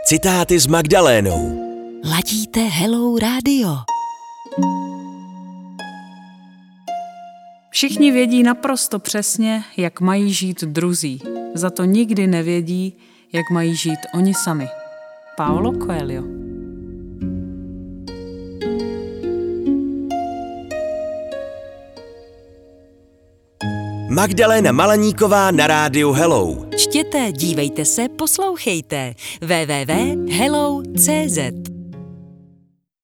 Citáty s Magdalénou. Ladíte Hello Radio. Všichni vědí naprosto přesně, jak mají žít druzí. Za to nikdy nevědí, jak mají žít oni sami. Paulo Coelho. Magdaléna Malaníková na rádiu Hello. Čtěte, dívejte se, poslouchejte. www.hello.cz